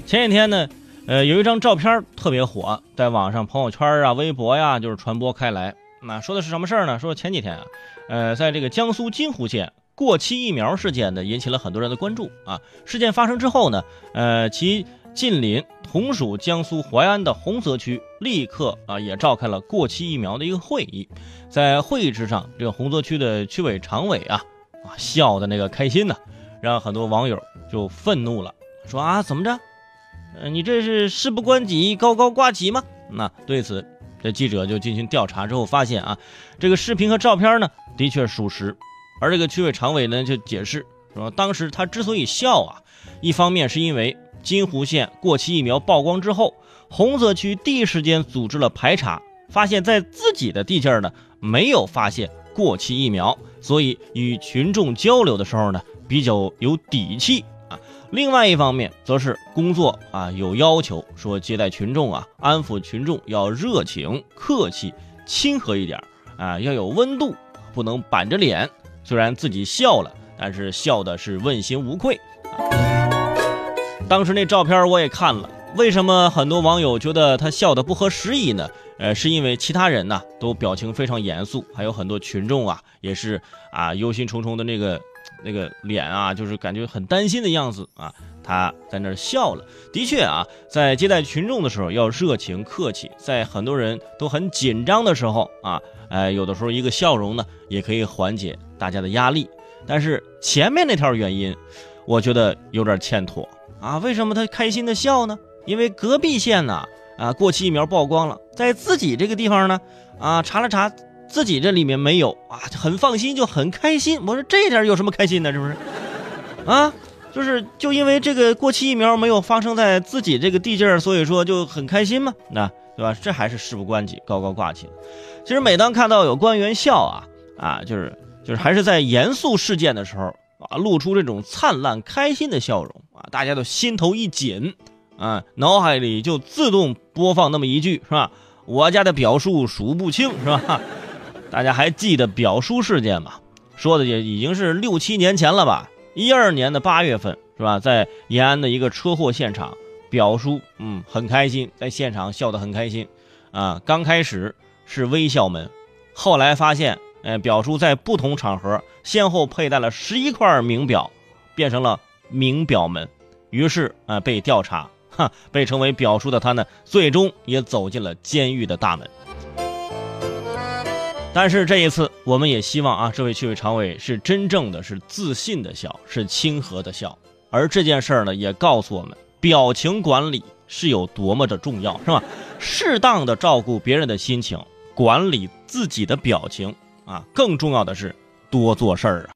前几天呢，有一张照片特别火，在网上朋友圈啊、微博呀，就是传播开来。那说的是什么事儿呢？说前几天啊，在这个江苏金湖县过期疫苗事件呢，引起了很多人的关注啊。事件发生之后呢，其近邻同属江苏淮安的洪泽区立刻也召开了过期疫苗的一个会议。在会议之上，这个洪泽区的区委常委笑的那个开心呢，让很多网友就愤怒了，说啊，怎么着？你这是事不关己高高挂起吗？那对此，这记者就进行调查之后发现啊，这个视频和照片呢的确属实。而这个区委常委呢就解释说，当时他之所以笑一方面是因为金湖县过期疫苗曝光之后，洪泽区第一时间组织了排查，发现在自己的地界呢没有发现过期疫苗，所以与群众交流的时候呢比较有底气。另外一方面则是工作有要求，说接待群众安抚群众要热情客气亲和一点要有温度，不能板着脸。虽然自己笑了，但是笑的是问心无愧。当时那照片我也看了，为什么很多网友觉得他笑得不合时宜呢？是因为其他人都表情非常严肃，还有很多群众也是忧心忡忡的那个脸就是感觉很担心的样子他在那儿笑了。的确在接待群众的时候要热情客气，在很多人都很紧张的时候有的时候一个笑容呢也可以缓解大家的压力。但是前面那条原因我觉得有点欠妥为什么他开心的笑呢？因为隔壁县过期疫苗曝光了，在自己这个地方呢查了查，自己这里面没有很放心，就很开心。我说这点有什么开心的，是不是就因为这个过期疫苗没有发生在自己这个地界，所以说就很开心吗？对吧？这还是事不关己高高挂起。其实每当看到有官员笑就是还是在严肃事件的时候露出这种灿烂开心的笑容大家都心头一紧脑海里就自动播放那么一句，是吧？我家的表叔数不清，是吧？大家还记得表叔事件吗？说的也已经是6、7年前了吧？12年的8月份，是吧？在延安的一个车祸现场，表叔很开心，在现场笑得很开心刚开始是微笑门，后来发现表叔在不同场合先后佩戴了11块名表，变成了名表门，于是被调查被称为表叔的他呢，最终也走进了监狱的大门。但是这一次我们也希望这位区委常委是真正的是自信的笑，是亲和的笑。而这件事呢也告诉我们，表情管理是有多么的重要，是吧？适当的照顾别人的心情，管理自己的表情更重要的是多做事儿